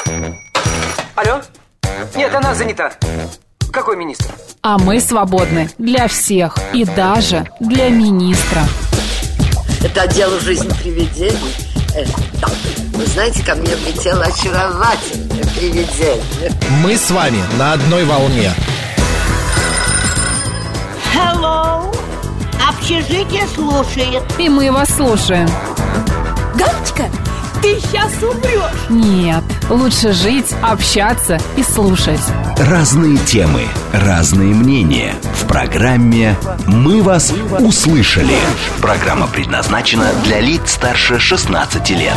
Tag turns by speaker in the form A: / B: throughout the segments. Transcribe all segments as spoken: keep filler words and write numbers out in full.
A: Алло? Нет, она занята. Какой министр?
B: А мы свободны для всех и даже для министра.
C: Это отдел «Жизнь привидений». Э, да. Вы знаете, ко мне влетело очаровательное привидение.
D: Мы с вами на одной волне.
E: Hello! Общежитие слушает.
B: И мы вас слушаем.
E: Галочка, ты сейчас умрешь.
B: Нет, лучше жить, общаться и слушать.
F: Разные темы, разные мнения. В программе «Мы вас услышали». Программа предназначена для лиц старше шестнадцати лет.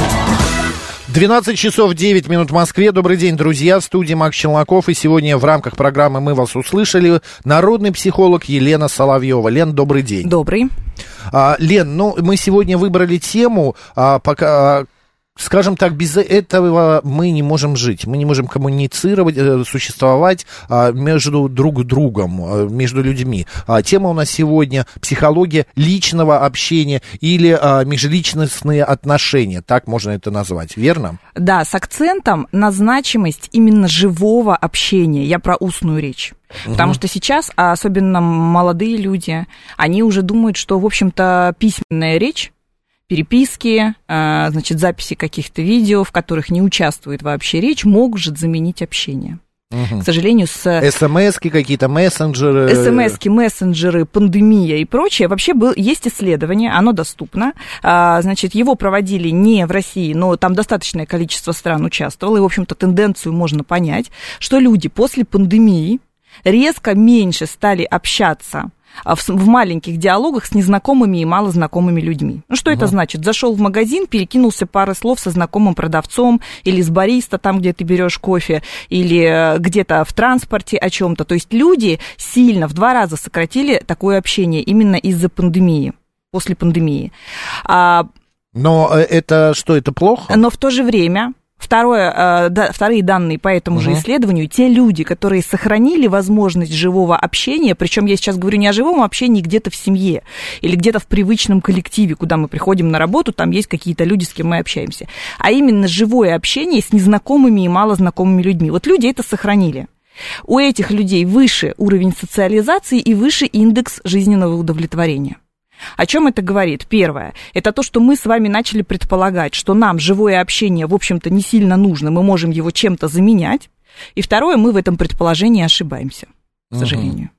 D: двенадцать часов девять минут в Москве. Добрый день, друзья. В студии Макс Челноков. И сегодня в рамках программы «Мы вас услышали» народный психолог Елена Соловьева. Лен, добрый день.
B: Добрый.
D: А, Лен, ну, мы сегодня выбрали тему, а, пока... Скажем так, без этого мы не можем жить, мы не можем коммуницировать, существовать между друг другом, между людьми. Тема у нас сегодня психология личного общения или межличностные отношения, так можно это назвать, верно?
G: Да, с акцентом на значимость именно живого общения, я про устную речь. Потому угу. что сейчас, особенно молодые люди, они уже думают, что, в общем-то, письменная речь, переписки, значит, записи каких-то видео, в которых не участвует вообще речь, может заменить общение. Угу. К сожалению, с...
D: СМСки какие-то, мессенджеры.
G: СМСки, мессенджеры, пандемия и прочее. Вообще был, есть исследование, оно доступно. Значит, его проводили не в России, но там достаточное количество стран участвовало. И, в общем-то, тенденцию можно понять, что люди после пандемии резко меньше стали общаться в маленьких диалогах с незнакомыми и малознакомыми людьми. Ну, что uh-huh. это значит? Зашел в магазин, перекинулся парой слов со знакомым продавцом или с бариста, там, где ты берешь кофе, или где-то в транспорте о чем-то. То есть люди сильно, в два раза сократили такое общение именно из-за пандемии, после пандемии. А,
D: но это что, это плохо?
G: Но в то же время... Второе, да, вторые данные по этому uh-huh. же исследованию, те люди, которые сохранили возможность живого общения, причем я сейчас говорю не о живом общении где-то в семье или где-то в привычном коллективе, куда мы приходим на работу, там есть какие-то люди, с кем мы общаемся, а именно живое общение с незнакомыми и малознакомыми людьми. Вот люди это сохранили. У этих людей выше уровень социализации и выше индекс жизненного удовлетворения. О чем это говорит? Первое, это то, что мы с вами начали предполагать, что нам живое общение, в общем-то, не сильно нужно, мы можем его чем-то заменять. И второе, мы в этом предположении ошибаемся, к сожалению.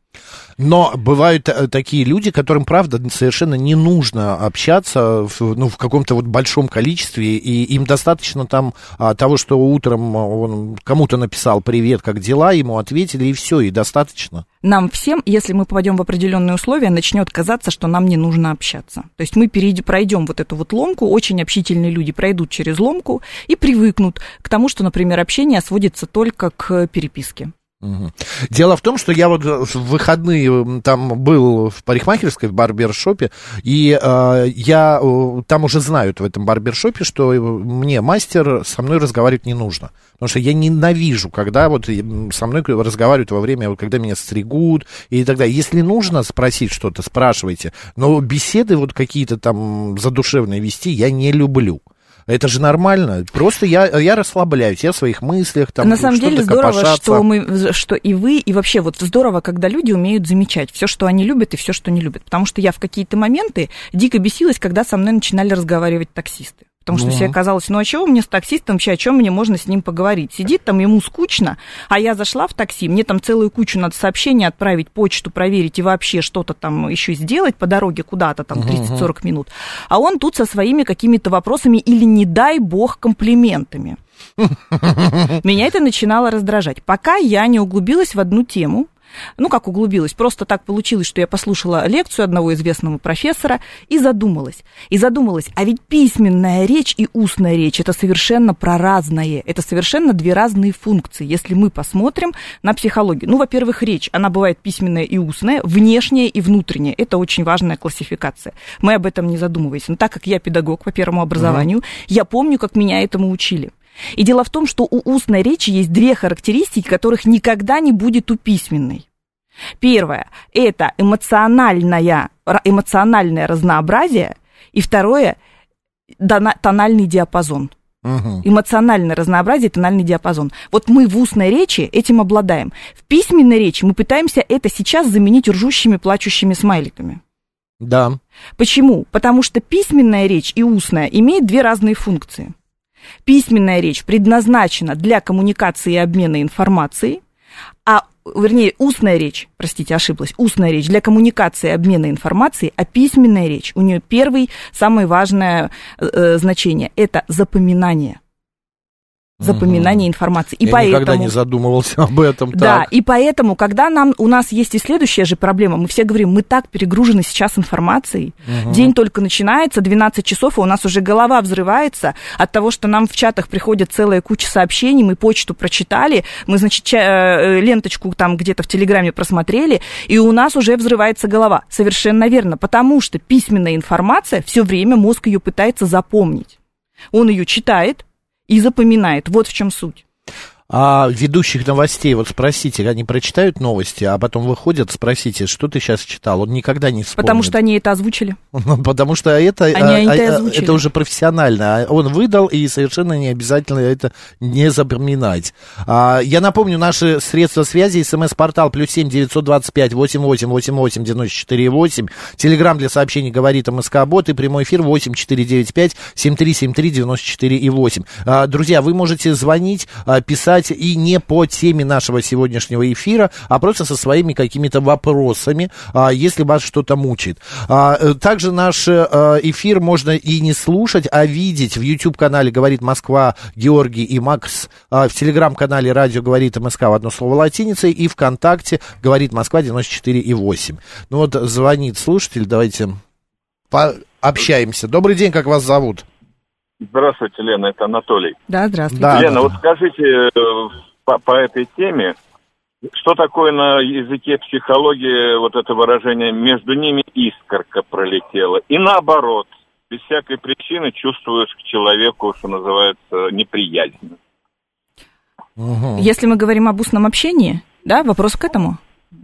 D: Но бывают такие люди, которым, правда, совершенно не нужно общаться в, ну, в каком-то вот большом количестве, и им достаточно там а, того, что утром он кому-то написал «Привет, как дела?», ему ответили, и все, и достаточно.
G: Нам всем, если мы попадем в определенные условия, начнет казаться, что нам не нужно общаться. То есть мы перейдем, пройдем вот эту вот ломку, очень общительные люди пройдут через ломку и привыкнут к тому, что, например, общение сводится только к переписке.
D: Угу. Дело в том, что я вот в выходные там был в парикмахерской, в барбершопе, и э, я там уже знают в этом барбершопе, что мне мастер со мной разговаривать не нужно. Потому что я ненавижу, когда вот со мной разговаривают во время, когда меня стригут и так далее. Если нужно спросить что-то, спрашивайте. Но беседы вот какие-то там задушевные вести я не люблю. Это же нормально. Просто я, я расслабляюсь, я в своих мыслях. Там,
G: на самом деле здорово, что, мы, что и вы, и вообще вот здорово, когда люди умеют замечать все, что они любят, и все, что не любят. Потому что я в какие-то моменты дико бесилась, когда со мной начинали разговаривать таксисты. Потому что ну. себе казалось, ну а чего мне с таксистом вообще, о чем мне можно с ним поговорить? Сидит там, ему скучно, а я зашла в такси, мне там целую кучу надо сообщений отправить, почту проверить и вообще что-то там еще сделать по дороге куда-то там тридцать-сорок минут. А он тут со своими какими-то вопросами или, не дай бог, комплиментами. Меня это начинало раздражать. Пока я не углубилась в одну тему, ну, как углубилась, просто так получилось, что я послушала лекцию одного известного профессора и задумалась. И задумалась, а ведь письменная речь и устная речь – это совершенно про разное. Это совершенно две разные функции, если мы посмотрим на психологию. Ну, во-первых, речь, она бывает письменная и устная, внешняя и внутренняя. Это очень важная классификация. Мы об этом не задумываемся. Но так как я педагог по первому образованию, mm-hmm. я помню, как меня этому учили. И дело в том, что у устной речи есть две характеристики, которых никогда не будет у письменной. Первое – это эмоциональное, эмоциональное разнообразие, и второе – тональный диапазон. Угу. Эмоциональное разнообразие, тональный диапазон. Вот мы в устной речи этим обладаем. В письменной речи мы пытаемся это сейчас заменить ржущими, плачущими смайликами.
D: Да.
G: Почему? Потому что письменная речь и устная имеют две разные функции. Письменная речь предназначена для коммуникации и обмена информацией, а, вернее, устная речь, простите, ошиблась, устная речь для коммуникации и обмена информацией, а письменная речь, у нее первое, самое важное э, значение – это запоминание. Запоминание угу. информации. И
D: Я
G: поэтому,
D: никогда не задумывался об этом.
G: Да,
D: так.
G: и поэтому, когда нам, у нас есть и следующая же проблема, мы все говорим, мы так перегружены сейчас информацией, угу. день только начинается, двенадцать часов, и у нас уже голова взрывается от того, что нам в чатах приходит целая куча сообщений, мы почту прочитали, мы, значит, ча- ленточку там где-то в Телеграме просмотрели, и у нас уже взрывается голова. Совершенно верно, потому что письменная информация, все время мозг ее пытается запомнить. Он ее читает и запоминает. Вот в чем суть.
D: А ведущих новостей, вот спросите, они прочитают новости, а потом выходят, спросите, что ты сейчас читал, он никогда не вспомнит.
G: Потому что они это озвучили.
D: Потому что это,
G: они
D: а,
G: это,
D: а, это уже профессионально. Он выдал, и совершенно не обязательно это не запоминать. А, я напомню, наши средства связи, смс-портал плюс семь девятьсот двадцать пять восемьдесят восемь восемьдесят восемь девяносто четыре восемь, телеграмм для сообщений говорит МСК-бот и прямой эфир восемь четыре девять пять семь три семь три девяносто четыре восемь. А, друзья, вы можете звонить, писать и не по теме нашего сегодняшнего эфира, а просто со своими какими-то вопросами, если вас что-то мучает. Также наш эфир можно и не слушать, а видеть в YouTube-канале «Говорит Москва» Георгий и Макс, в Телеграм-канале «Радио говорит МСК» в одно слово латиницей и ВКонтакте «Говорит Москва» девяносто четыре восемь. Ну вот звонит слушатель, давайте пообщаемся. Добрый день, как вас зовут?
H: Здравствуйте, Лена, это Анатолий.
G: Да, здравствуйте.
H: Да, Лена,
D: да.
H: вот скажите по, по этой теме, что такое на языке психологии вот это выражение «между ними искорка пролетела» и наоборот, без всякой причины чувствуешь к человеку, что называется, неприязнь.
G: Угу. Если мы говорим об устном общении, да, вопрос к этому?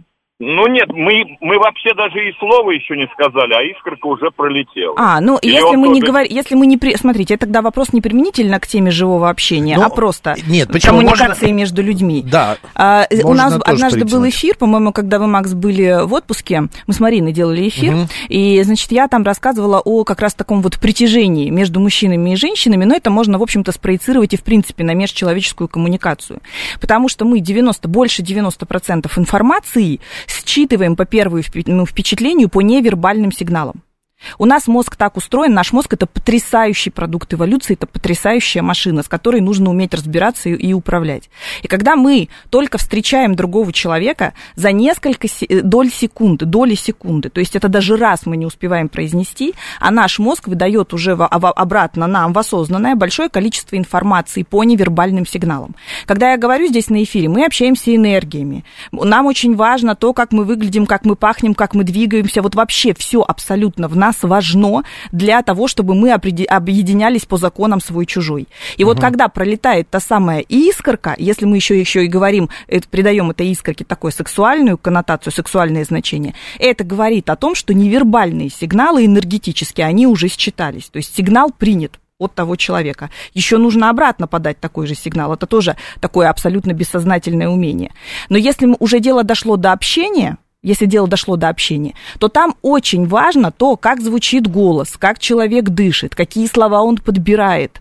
H: Ну нет, мы, мы вообще даже и слова еще не сказали, а искорка уже пролетела.
G: А, ну
H: Или
G: если мы,
H: тоже...
G: не говорим, если мы не... При... Смотрите, тогда вопрос не применительно к теме живого общения, Но... а просто
D: нет,
G: коммуникации
D: можно...
G: между людьми.
D: Да,
G: а, у нас однажды
D: притянуть.
G: был эфир, по-моему, когда вы, Макс, были в отпуске, мы с Мариной делали эфир, угу. и, значит, я там рассказывала о как раз таком вот притяжении между мужчинами и женщинами, но это можно, в общем-то, спроецировать и, в принципе, на межчеловеческую коммуникацию. Потому что мы девяносто, больше девяносто процентов информации считываем по первому впечатлению по невербальным сигналам. У нас мозг так устроен, наш мозг – это потрясающий продукт эволюции, это потрясающая машина, с которой нужно уметь разбираться и, и управлять. И когда мы только встречаем другого человека за несколько доль секунды, доли секунды, то есть это даже раз мы не успеваем произнести, а наш мозг выдает уже в, в, обратно нам в осознанное большое количество информации по невербальным сигналам. Когда я говорю здесь на эфире, мы общаемся энергиями. Нам очень важно то, как мы выглядим, как мы пахнем, как мы двигаемся. Вот вообще все абсолютно в нас важно для того, чтобы мы объединялись по законам свой-чужой. И угу. вот когда пролетает та самая искорка, если мы еще, еще и говорим, это, придаем этой искорке такую сексуальную коннотацию, сексуальное значение, это говорит о том, что невербальные сигналы энергетические, они уже считались. То есть сигнал принят от того человека. Еще нужно обратно подать такой же сигнал. Это тоже такое абсолютно бессознательное умение. Но если уже дело дошло до общения, если дело дошло до общения, то там очень важно то, как звучит голос, как человек дышит, какие слова он подбирает.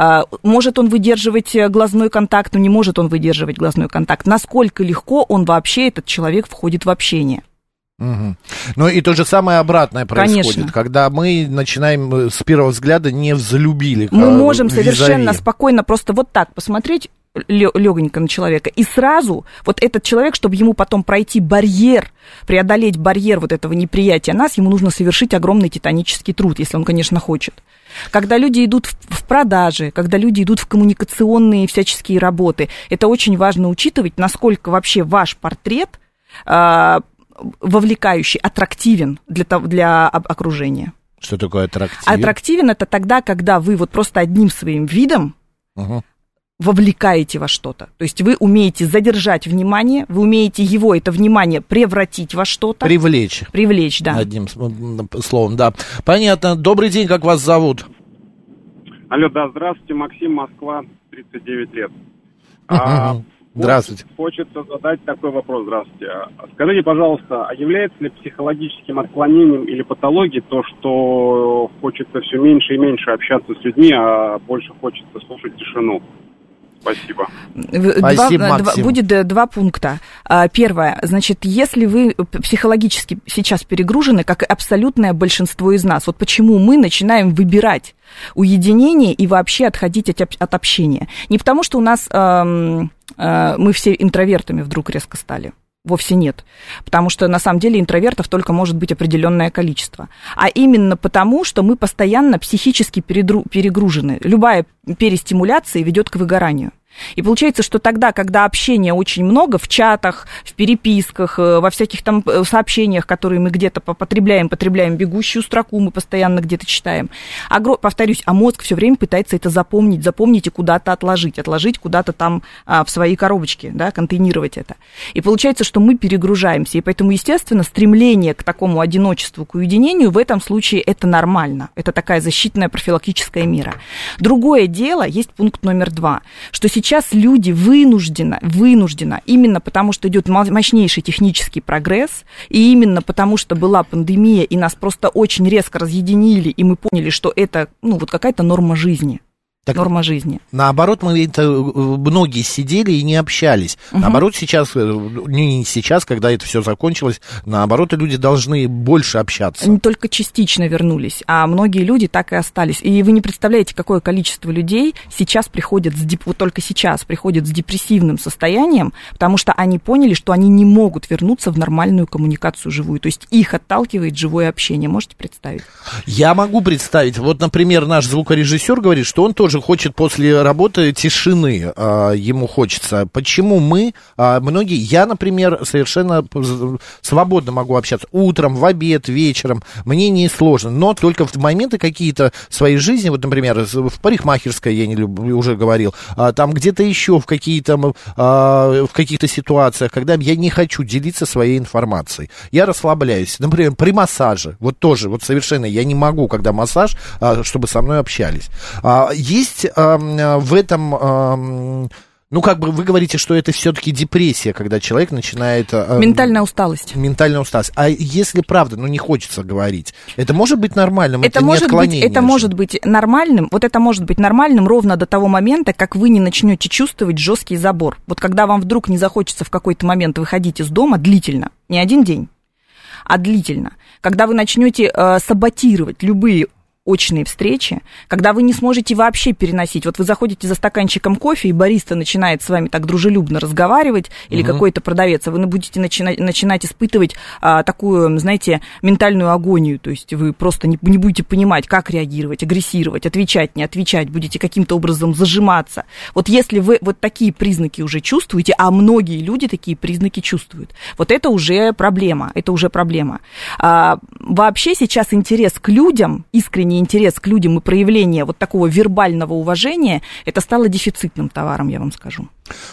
G: Может он выдерживать глазной контакт, но не может он выдерживать глазной контакт. Насколько легко он вообще, этот человек, входит в общение.
D: Угу. Ну и то же самое обратное происходит, Конечно. Когда мы начинаем с первого взгляда не взлюбили.
G: Мы можем визави. Совершенно спокойно просто вот так посмотреть легонько на человека, и сразу вот этот человек, чтобы ему потом пройти барьер, преодолеть барьер вот этого неприятия нас, ему нужно совершить огромный титанический труд, если он, конечно, хочет. Когда люди идут в продажи, когда люди идут в коммуникационные всяческие работы, это очень важно учитывать, насколько вообще ваш портрет э, вовлекающий, аттрактивен для, для окружения.
D: Что такое аттрактивен?
G: Аттрактивен – это тогда, когда вы вот просто одним своим видом угу. вовлекаете во что-то. То есть вы умеете задержать внимание, вы умеете его, это внимание, превратить во что-то.
D: Привлечь.
G: Привлечь, да.
D: Одним словом, да. Понятно. Добрый день, как вас зовут?
I: Алло, да, здравствуйте, Максим, Москва, тридцать девять лет.
D: А, здравствуйте.
I: Хочется задать такой вопрос, здравствуйте. Скажите, пожалуйста, а является ли психологическим отклонением или патологией то, что хочется все меньше и меньше общаться с людьми, а больше хочется слушать тишину? Спасибо.
G: Спасибо, два, два, будет два пункта. Первое, значит, если вы психологически сейчас перегружены, как и абсолютное большинство из нас, вот почему мы начинаем выбирать уединение и вообще отходить от, от общения. Не потому, что у нас э, э, мы все интровертами вдруг резко стали. Вовсе нет. Потому что, на самом деле, интровертов только может быть определенное количество. А именно потому, что мы постоянно психически перегружены. Любая перестимуляция ведет к выгоранию. И получается, что тогда, когда общения очень много в чатах, в переписках, во всяких там сообщениях, которые мы где-то потребляем, потребляем бегущую строку, мы постоянно где-то читаем. А, повторюсь, а мозг все время пытается это запомнить, запомнить и куда-то отложить, отложить куда-то там а, в свои коробочки, да, контейнировать это. И получается, что мы перегружаемся. И поэтому, естественно, стремление к такому одиночеству, к уединению в этом случае это нормально. Это такая защитная профилактическая мера. Другое дело, есть пункт номер два, что сейчас Сейчас люди вынуждены, вынуждены, именно потому, что идет мощнейший технический прогресс, и именно потому, что была пандемия, и нас просто очень резко разъединили, и мы поняли, что это, ну, вот какая-то норма жизни. Так, норма жизни.
D: Наоборот, мы это, многие сидели и не общались. Угу. Наоборот, сейчас, не сейчас, когда это все закончилось, наоборот, люди должны больше общаться.
G: Не только частично вернулись, а многие люди так и остались. И вы не представляете, какое количество людей сейчас приходят, с деп... вот только сейчас приходят с депрессивным состоянием, потому что они поняли, что они не могут вернуться в нормальную коммуникацию живую. То есть их отталкивает живое общение. Можете представить?
D: Я могу представить. Вот, например, наш звукорежиссер говорит, что он тоже хочет после работы тишины, а, ему хочется. Почему мы, а, многие, я, например, совершенно свободно могу общаться утром, в обед, вечером, мне не сложно, но только в моменты какие-то своей жизни, вот, например, в парикмахерской, я не люблю, уже говорил, а, там где-то еще в, какие-то, а, в каких-то ситуациях, когда я не хочу делиться своей информацией, я расслабляюсь, например, при массаже, вот тоже, вот совершенно я не могу, когда массаж, а, чтобы со мной общались. А, есть Есть э, в этом, э, ну, как бы вы говорите, что это все-таки депрессия, когда человек начинает... Э,
G: ментальная усталость.
D: Ментальная усталость. А если правда, ну, не хочется говорить, это может быть нормальным?
G: Это, это может, не быть, это может быть нормальным, вот это может быть нормальным ровно до того момента, как вы не начнете чувствовать жесткий забор. Вот когда вам вдруг не захочется в какой-то момент выходить из дома длительно, не один день, а длительно, когда вы начнете э, саботировать любые очные встречи, когда вы не сможете вообще переносить. Вот вы заходите за стаканчиком кофе, и бариста начинает с вами так дружелюбно разговаривать, или угу. какой-то продавец, а вы будете начинать, начинать испытывать а, такую, знаете, ментальную агонию, то есть вы просто не, не будете понимать, как реагировать, агрессировать, отвечать, не отвечать, будете каким-то образом зажиматься. Вот если вы вот такие признаки уже чувствуете, а многие люди такие признаки чувствуют, вот это уже проблема, это уже проблема. А, вообще сейчас интерес к людям, искренний интерес к людям и проявление вот такого вербального уважения, это стало дефицитным товаром, я вам скажу.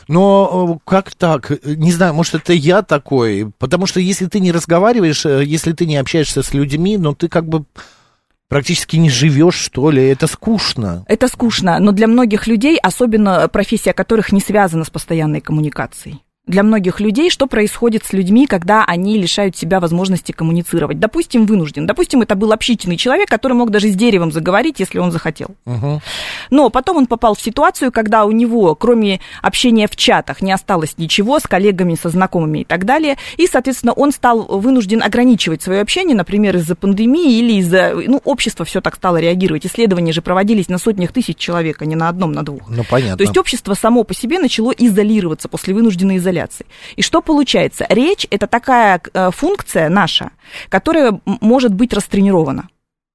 D: Но как так? Не знаю, может, это я такой? Потому что если ты не разговариваешь, если ты не общаешься с людьми, ну, ты как бы практически не живешь, что ли, это скучно.
G: Это скучно, но для многих людей, особенно профессия которых не связана с постоянной коммуникацией. Для многих людей, что происходит с людьми, когда они лишают себя возможности коммуницировать. Допустим, вынужден. Допустим, это был общительный человек, который мог даже с деревом заговорить, если он захотел. Угу. Но потом он попал в ситуацию, когда у него, кроме общения в чатах, не осталось ничего с коллегами, со знакомыми и так далее. И, соответственно, он стал вынужден ограничивать свое общение, например, из-за пандемии или из-за... Ну, общество все так стало реагировать. Исследования же проводились на сотнях тысяч человек, а не на одном, на двух.
D: Ну, понятно.
G: То есть общество само по себе начало изолироваться после вынужденной изоляции. И что получается? Речь – это такая функция наша, которая может быть растренирована.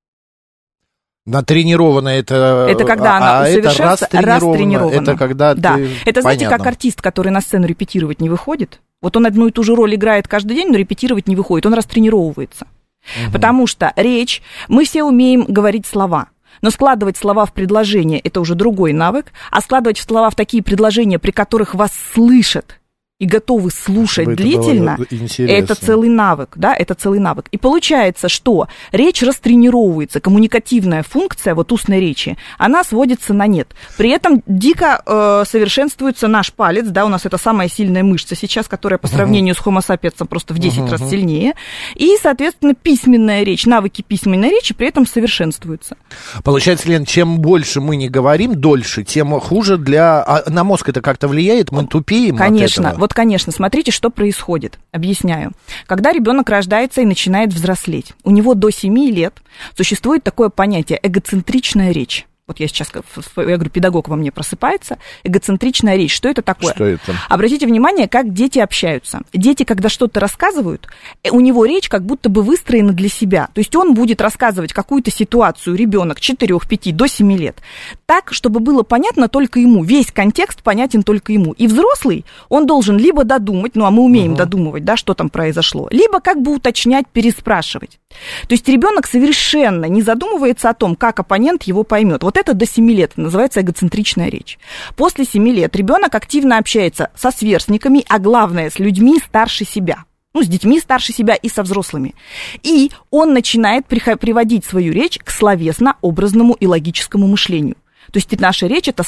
D: Натренирована это...
G: Это когда она а усовершенствуется,
D: это растренирована.
G: Это
D: когда
G: да.
D: ты...
G: Это, знаете,
D: Понятно.
G: Как артист, который на сцену репетировать не выходит. Вот он одну и ту же роль играет каждый день, но репетировать не выходит. Он растренировывается. Угу. Потому что речь... Мы все умеем говорить слова. Но складывать слова в предложения – это уже другой навык. А складывать слова в такие предложения, при которых вас слышат, и готовы слушать
D: Чтобы
G: длительно,
D: это,
G: это целый навык, да, это целый навык. И получается, что речь растренировывается, коммуникативная функция вот устной речи, она сводится на нет. При этом дико э, совершенствуется наш палец, да, у нас это самая сильная мышца сейчас, которая по сравнению uh-huh. с Homo sapiens просто в десять uh-huh. раз сильнее. И, соответственно, письменная речь, навыки письменной речи при этом совершенствуются.
D: Получается, Лен, чем больше мы не говорим, дольше, тем хуже для... А на мозг это как-то влияет? Мы тупеем
G: Конечно.
D: от этого?
G: Вот, конечно, смотрите, что происходит. Объясняю. Когда ребенок рождается и начинает взрослеть, у него до семи лет существует такое понятие эгоцентричная речь. Вот я сейчас, я говорю, педагог во мне просыпается, эгоцентричная речь. Что это такое?
D: Что это?
G: Обратите внимание, как дети общаются. Дети, когда что-то рассказывают, у него речь как будто бы выстроена для себя. То есть он будет рассказывать какую-то ситуацию, ребенок четыре, пять, до семи лет, так, чтобы было понятно только ему. Весь контекст понятен только ему. И взрослый, он должен либо додумать, ну а мы умеем угу. додумывать, да, что там произошло, либо как бы уточнять, переспрашивать. То есть ребенок совершенно не задумывается о том, как оппонент его поймет. Вот это до семи лет называется эгоцентричная речь. После семи лет ребенок активно общается со сверстниками, а главное, с людьми старше себя. Ну, с детьми старше себя и со взрослыми. И он начинает приводить свою речь к словесно-образному и логическому мышлению. То есть наша речь – это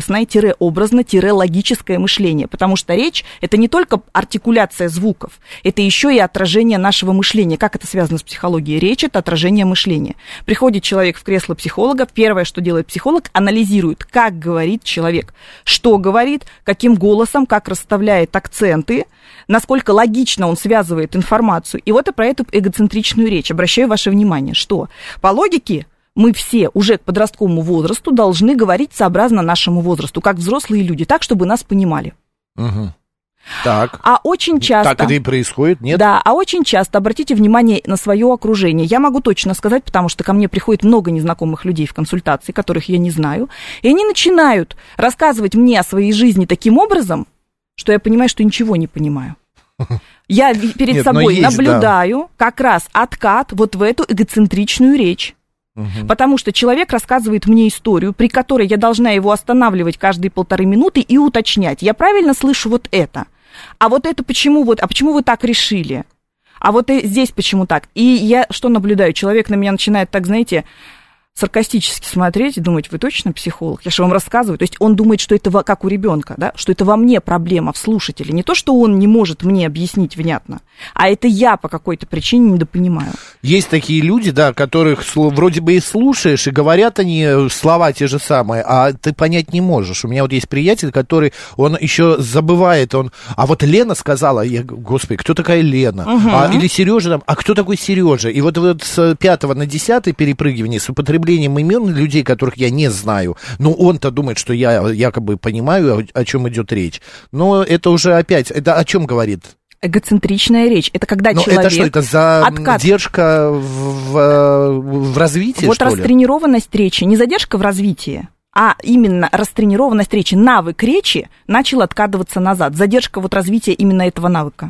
G: словесное-образно-логическое мышление, потому что речь – это не только артикуляция звуков, это еще и отражение нашего мышления. Как это связано с психологией? Речь – это отражение мышления. Приходит человек в кресло психолога, первое, что делает психолог, анализирует, как говорит человек, что говорит, каким голосом, как расставляет акценты, насколько логично он связывает информацию. И вот и про эту эгоцентричную речь. Обращаю ваше внимание, что по логике мы все уже к подростковому возрасту должны говорить сообразно нашему возрасту, как взрослые люди, так, чтобы нас понимали.
D: Угу. Так.
G: А очень часто...
D: Так это и происходит, нет?
G: Да, а очень часто, обратите внимание на свое окружение. Я могу точно сказать, потому что ко мне приходит много незнакомых людей в консультации, которых я не знаю, и они начинают рассказывать мне о своей жизни таким образом, что я понимаю, что ничего не понимаю. Я перед Нет, собой есть, наблюдаю да. как раз откат вот в эту эгоцентричную речь. Угу. Потому что человек рассказывает мне историю, при которой я должна его останавливать каждые полторы минуты и уточнять. Я правильно слышу вот это? А вот это почему вот? А почему вы так решили? А вот и здесь почему так? И я что наблюдаю? Человек на меня начинает так, знаете, саркастически смотреть и думать, вы точно психолог? Я же вам рассказываю. То есть он думает, что это как у ребенка, да? Что это во мне проблема, в слушателе. Не то, что он не может мне объяснить внятно, а это я по какой-то причине недопонимаю.
D: Есть такие люди, да, которых вроде бы и слушаешь, и говорят они слова те же самые, а ты понять не можешь. У меня вот есть приятель, который, он еще забывает, он, а вот Лена сказала, я, господи, кто такая Лена? Угу. А, или Сережа там, а кто такой Сережа? И вот, вот с пятого на десятое перепрыгивание с употреблением имен людей, которых я не знаю. Ну, он-то думает, что я якобы понимаю, о, о чем идет речь. Но это уже опять, это о чем говорит?
G: Эгоцентричная речь. Это когда Но человек...
D: это что, это задержка в, в, в развитии,
G: вот
D: что ли?
G: Вот растренированность речи, не задержка в развитии, а именно растренированность речи, навык речи начал откатываться назад. Задержка вот развития именно этого навыка.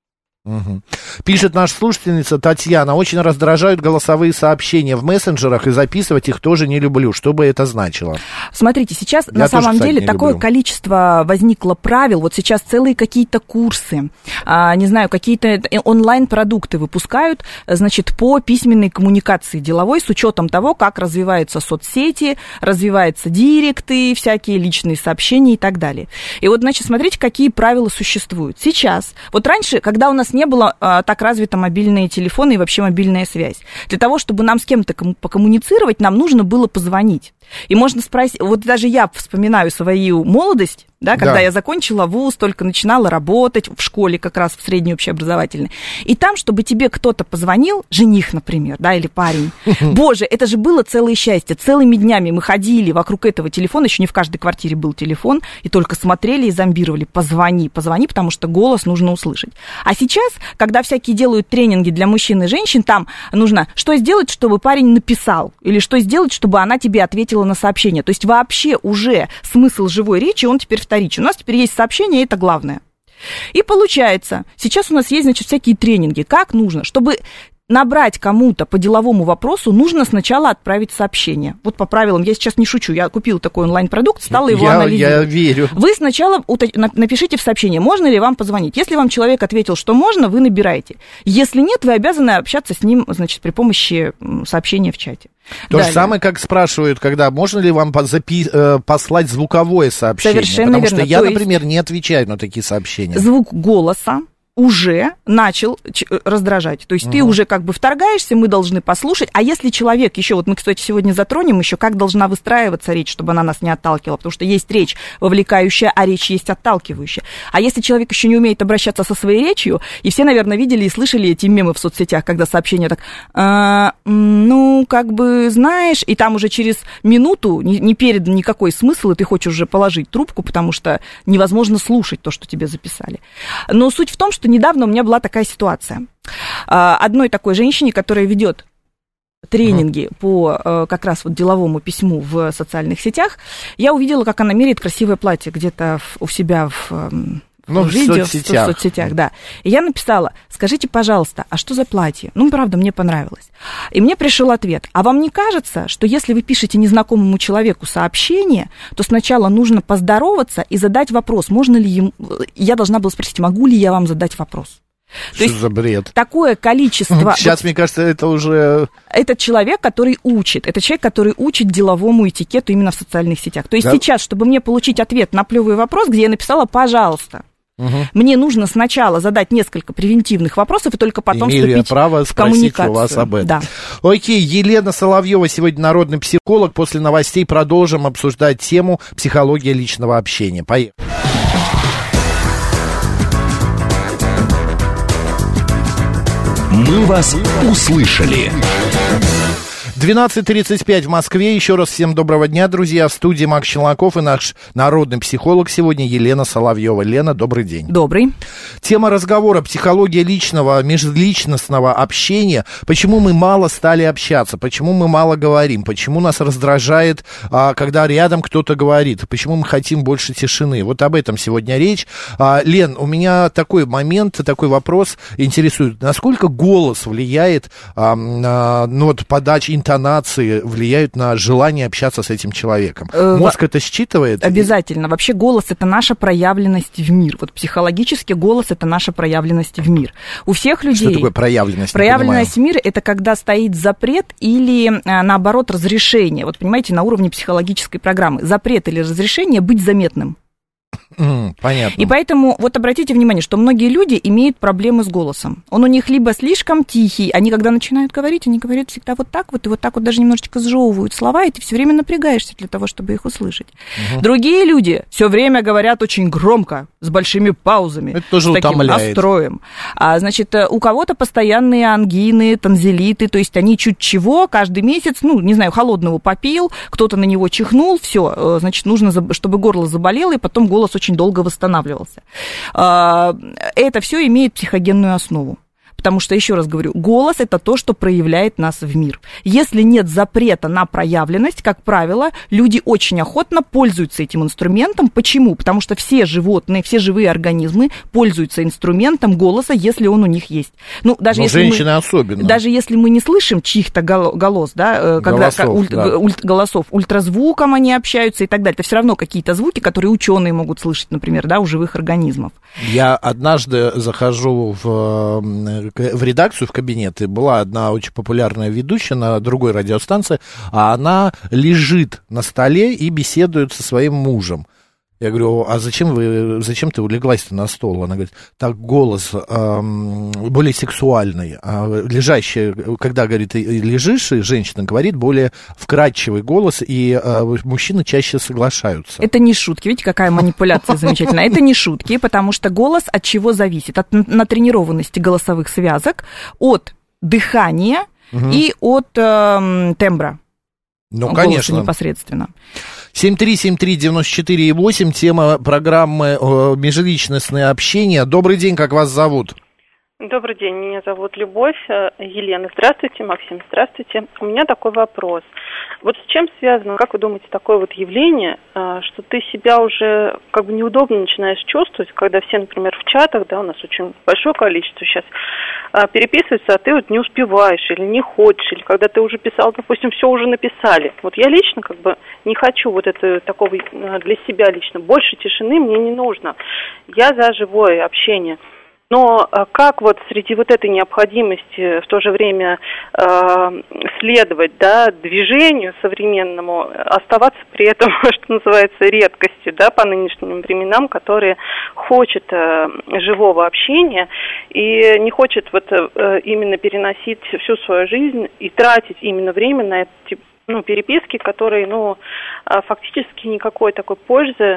D: Угу. Пишет наша слушательница Татьяна, очень раздражают голосовые сообщения в мессенджерах, и записывать их тоже не люблю. Что бы это значило?
G: Смотрите, сейчас
D: Я
G: на
D: тоже,
G: самом
D: кстати,
G: деле такое
D: люблю.
G: количество возникло правил. Вот сейчас целые какие-то курсы, а, не знаю, какие-то онлайн-продукты выпускают, значит, по письменной коммуникации деловой, с учетом того, как развиваются соцсети, развиваются директы, всякие личные сообщения и так далее. И вот, значит, смотрите, какие правила существуют. Сейчас, вот раньше, когда у нас не было а, так развита мобильные телефоны и вообще мобильная связь. Для того, чтобы нам с кем-то ком- покоммуницировать, нам нужно было позвонить. И можно спросить, вот даже я вспоминаю свою молодость, да, когда да. я закончила вуз, только начинала работать в школе, как раз в средней общеобразовательной. И там, чтобы тебе кто-то позвонил, жених, например, да, или парень, боже, это же было целое счастье. Целыми днями мы ходили вокруг этого телефона, еще не в каждой квартире был телефон, и только смотрели и зомбировали. Позвони, позвони, потому что голос нужно услышать. А сейчас, когда всякие делают тренинги для мужчин и женщин, там нужно что сделать, чтобы парень написал, или что сделать, чтобы она тебе ответила на сообщение. То есть вообще уже смысл живой речи, он теперь вторичен. У нас теперь есть сообщение, и это главное. И получается, сейчас у нас есть, значит, всякие тренинги, как нужно, чтобы набрать кому-то по деловому вопросу, нужно сначала отправить сообщение. Вот по правилам, я сейчас не шучу, я купила такой онлайн-продукт, стала его
D: я,
G: анализировать.
D: Я верю.
G: Вы сначала напишите в сообщении, можно ли вам позвонить. Если вам человек ответил, что можно, вы набираете. Если нет, вы обязаны общаться с ним, значит, при помощи сообщения в чате.
D: То
G: Далее.
D: же самое, как спрашивают, когда можно ли вам запи- послать звуковое сообщение.
G: Совершенно
D: Потому
G: верно.
D: что я,
G: То
D: например,
G: есть...
D: не отвечаю на такие сообщения.
G: Звук голоса уже начал раздражать. То есть угу. ты уже как бы вторгаешься, мы должны послушать. А если человек еще, вот мы, кстати, сегодня затронем еще, как должна выстраиваться речь, чтобы она нас не отталкивала, потому что есть речь вовлекающая, а речь есть отталкивающая. А если человек еще не умеет обращаться со своей речью, и все, наверное, видели и слышали эти мемы в соцсетях, когда сообщение так, а, ну, как бы, знаешь, и там уже через минуту не, не передан никакой смысл, и ты хочешь уже положить трубку, потому что невозможно слушать то, что тебе записали. Но суть в том, что недавно у меня была такая ситуация. Одной такой женщине, которая ведет тренинги uh-huh. по как раз вот деловому письму в социальных сетях, я увидела, как она меряет красивое платье где-то у себя в...
D: Ну,
G: в видео,
D: в соцсетях.
G: В, в соцсетях, да. И я написала, скажите, пожалуйста, а что за платье? Ну, правда, мне понравилось. И мне пришел ответ, а вам не кажется, что если вы пишете незнакомому человеку сообщение, то сначала нужно поздороваться и задать вопрос, можно ли ему... Я должна была спросить, могу ли я вам задать вопрос?
D: Что
G: то есть
D: за бред?
G: Такое количество...
D: Сейчас, вот, мне кажется, это уже...
G: Это человек, который учит. Это человек, который учит деловому этикету именно в социальных сетях. То есть да? Сейчас, чтобы мне получить ответ на плевый вопрос, где я написала «пожалуйста», угу. мне нужно сначала задать несколько превентивных вопросов и только потом
D: Имею
G: вступить
D: право
G: в коммуникацию.
D: У вас об этом.
G: Да.
D: Окей, Елена Соловьева сегодня народный психолог. После новостей продолжим обсуждать тему психология личного общения. Поехали.
F: Мы вас услышали.
D: двенадцать тридцать пять в Москве. Еще раз всем доброго дня, друзья. В студии Макс Челноков и наш народный психолог сегодня Елена Соловьева. Лена, добрый день.
G: Добрый.
D: Тема разговора — психология личного, межличностного общения. Почему мы мало стали общаться? Почему мы мало говорим? Почему нас раздражает, когда рядом кто-то говорит? Почему мы хотим больше тишины? Вот об этом сегодня речь. Лен, у меня такой момент, такой вопрос интересует. Насколько голос влияет, ну вот подача, интонация, интонации влияют на желание общаться с этим человеком? Мозг это считывает?
G: Обязательно. Вообще голос — это наша проявленность в мир. Вот психологически голос — это наша проявленность в мир. У всех людей...
D: Что такое проявленность?
G: Проявленность в мир — это когда стоит запрет или, наоборот, разрешение. Вот понимаете, на уровне психологической программы. Запрет или разрешение быть заметным.
D: Mm, понятно.
G: И поэтому вот обратите внимание, что многие люди имеют проблемы с голосом. Он у них либо слишком тихий, они когда начинают говорить, они говорят всегда вот так вот, и вот так вот даже немножечко сжевывают слова, и ты все время напрягаешься для того, чтобы их услышать. Uh-huh. Другие люди все время говорят очень громко, с большими паузами.
D: Это тоже
G: с таким
D: утомляет.
G: Настроем. А, значит, у кого-то постоянные ангины, танзелиты, то есть они чуть чего, каждый месяц, ну, не знаю, холодного попил, кто-то на него чихнул, все, значит, нужно, чтобы горло заболело, и потом голос очень долго восстанавливался. Это все имеет психогенную основу. Потому что, еще раз говорю, голос — это то, что проявляет нас в мир. Если нет запрета на проявленность, как правило, люди очень охотно пользуются этим инструментом. Почему? Потому что все животные, все живые организмы пользуются инструментом голоса, если он у них есть. Ну, даже
D: Но
G: если
D: женщины
G: мы,
D: особенно.
G: Даже если мы не слышим чьих-то голос, да, когда,
D: голосов,
G: уль,
D: да.
G: уль, голосов, ультразвуком они общаются и так далее, это все равно какие-то звуки, которые ученые могут слышать, например, да, у живых организмов.
D: Я однажды захожу в, в редакцию, в кабинет, и была одна очень популярная ведущая на другой радиостанции, а она лежит на столе и беседует со своим мужем. Я говорю, а зачем вы, зачем ты улеглась-то на стол? Она говорит, так голос эм, более сексуальный. А лежащая, когда, говорит, лежишь, и женщина говорит, более вкрадчивый голос, и э, мужчины чаще соглашаются.
G: Это не шутки, видите, какая манипуляция замечательная. Это не шутки, потому что голос от чего зависит? От натренированности голосовых связок, от дыхания угу. и от э, тембра.
D: Ну,
G: голоса
D: конечно.
G: Непосредственно.
D: семь три семь три девять четыре восемь, тема программы э, «Межличностное общение». Добрый день, как вас зовут?
J: Добрый день, меня зовут Любовь. Елена, здравствуйте. Максим, здравствуйте. У меня такой вопрос. Вот с чем связано, как вы думаете, такое вот явление, что ты себя уже как бы неудобно начинаешь чувствовать, когда все, например, в чатах, да, у нас очень большое количество сейчас переписываются, а ты вот не успеваешь или не хочешь, или когда ты уже писал, допустим, все уже написали. Вот я лично как бы не хочу вот это такого для себя лично. Больше тишины мне не нужно. Я за живое общение. Но как вот среди вот этой необходимости в то же время э, следовать, да, движению современному, оставаться при этом, что называется, редкостью, да, по нынешним временам, которые хочет э, живого общения и не хочет вот э, именно переносить всю свою жизнь и тратить именно время на эти, ну, переписки, которые, ну, фактически никакой такой пользы,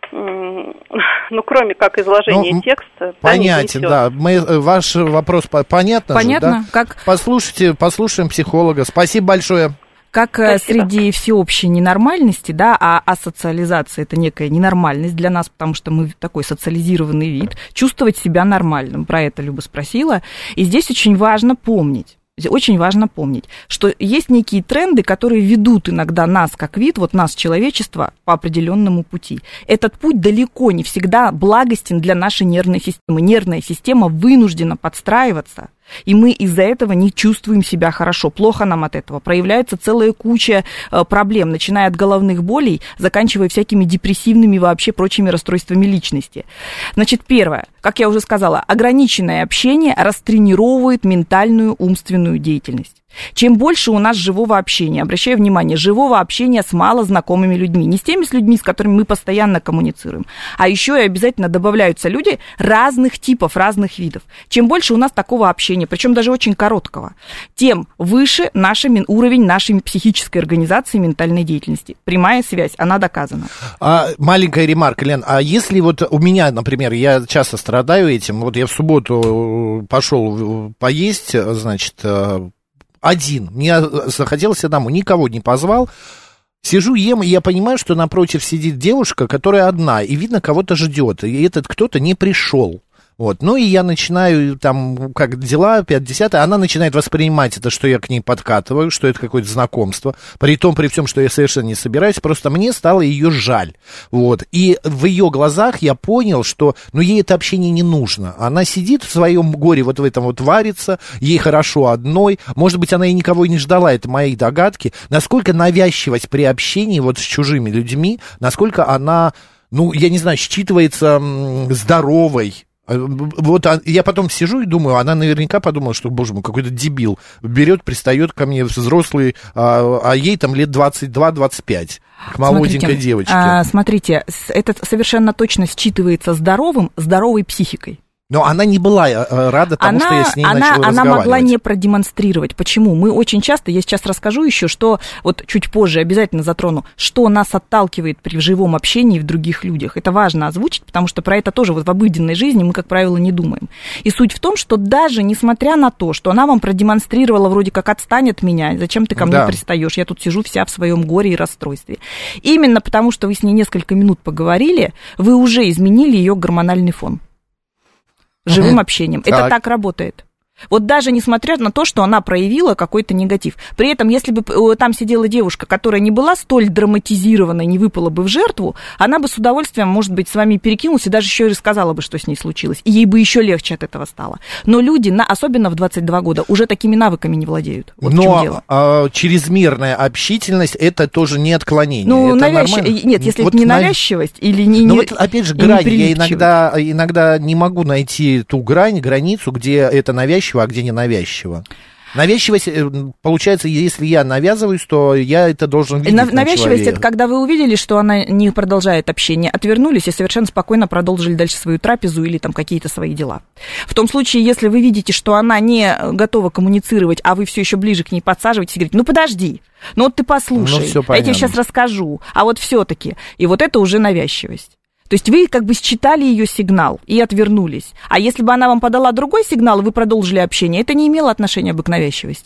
J: ну, кроме как изложения ну, текста.
D: Понятен, да. Мы, ваш вопрос понятно?
G: Понятно.
D: Же, да?
G: Как...
D: Послушайте, послушаем психолога. Спасибо большое.
G: Как
J: Спасибо.
G: Среди всеобщей ненормальности, да, а асоциализация – это некая ненормальность для нас, потому что мы такой социализированный вид, чувствовать себя нормальным. Про это Люба спросила. И здесь очень важно помнить. Очень важно помнить, что есть некие тренды, которые ведут иногда нас, как вид, вот нас, человечество, по определенному пути. Этот путь далеко не всегда благостен для нашей нервной системы. Нервная система вынуждена подстраиваться, и мы из-за этого не чувствуем себя хорошо. Плохо нам от этого. Проявляется целая куча проблем, начиная от головных болей, заканчивая всякими депрессивными и вообще прочими расстройствами личности. Значит, первое, как я уже сказала, ограниченное общение растренировывает ментальную умственную деятельность. Чем больше у нас живого общения, обращаю внимание, живого общения с малознакомыми людьми, не с теми с людьми, с которыми мы постоянно коммуницируем, а еще и обязательно добавляются люди разных типов, разных видов. Чем больше у нас такого общения, причем даже очень короткого, тем выше наш уровень нашей психической организации, ментальной деятельности. Прямая связь, она доказана.
D: А, маленькая ремарка, Лен, а если вот у меня, например, я часто страдаю этим, вот я в субботу пошел поесть, значит, один, мне захотелось одному, никого не позвал, сижу, ем, и я понимаю, что напротив сидит девушка, которая одна, и видно, кого-то ждет, и этот кто-то не пришел. Вот. Ну, и я начинаю, там, как дела, пять-десятое, она начинает воспринимать это, что я к ней подкатываю, что это какое-то знакомство, при том, при всем, что я совершенно не собираюсь, просто мне стало ее жаль, вот, и в ее глазах я понял, что, ну, ей это общение не нужно, она сидит в своем горе, вот в этом вот варится, ей хорошо одной, может быть, она и никого и не ждала, это мои догадки, насколько навязчивость при общении вот с чужими людьми, насколько она, ну, я не знаю, считывается здоровой. Вот я потом сижу и думаю, она наверняка подумала, что, боже мой, какой-то дебил берет, пристает ко мне взрослый, а, а ей там лет двадцать два двадцать пять, к молоденькой смотрите, девочке.
G: А, смотрите, это совершенно точно считывается здоровым, здоровой психикой.
D: Но она не была рада тому,
G: она,
D: что я с ней
G: она,
D: начал
G: она
D: разговаривать.
G: Она могла не продемонстрировать. Почему? Мы очень часто, я сейчас расскажу еще, что, вот чуть позже обязательно затрону, что нас отталкивает при живом общении в других людях. Это важно озвучить, потому что про это тоже вот в обыденной жизни мы, как правило, не думаем. И суть в том, что даже несмотря на то, что она вам продемонстрировала вроде как «отстань от меня, зачем ты ко мне да. пристаешь, я тут сижу вся в своем горе и расстройстве». Именно потому, что вы с ней несколько минут поговорили, вы уже изменили ее гормональный фон. Живым общением. Так. Это так работает. Вот даже несмотря на то, что она проявила какой-то негатив. При этом, если бы там сидела девушка, которая не была столь драматизирована, не выпала бы в жертву, она бы с удовольствием, может быть, с вами перекинулась и даже еще и рассказала бы, что с ней случилось. И ей бы еще легче от этого стало. Но люди, особенно в двадцать два года, уже такими навыками не владеют. Вот
D: но
G: в чем дело.
D: А, чрезмерная общительность, это тоже не отклонение.
G: Ну,
D: это
G: навязч... Нет, если вот это не нав... навязчивость или не...
D: Ну, вот опять же, грань. Я иногда, иногда не могу найти ту грань, границу, где это навязчиво, а где не навязчиво. Навязчивость, получается, если я навязываюсь, то я это должен видеть.
G: Нав- навязчивость – это когда вы увидели, что она не продолжает общение, отвернулись и совершенно спокойно продолжили дальше свою трапезу или там какие-то свои дела. В том случае, если вы видите, что она не готова коммуницировать, а вы все еще ближе к ней подсаживаетесь и говорите, ну подожди, ну вот ты послушай, ну, я тебе сейчас расскажу, а вот все-таки. И вот это уже навязчивость. То есть вы как бы считали ее сигнал и отвернулись. А если бы она вам подала другой сигнал, и вы продолжили общение, это не имело отношения бы к навязчивости.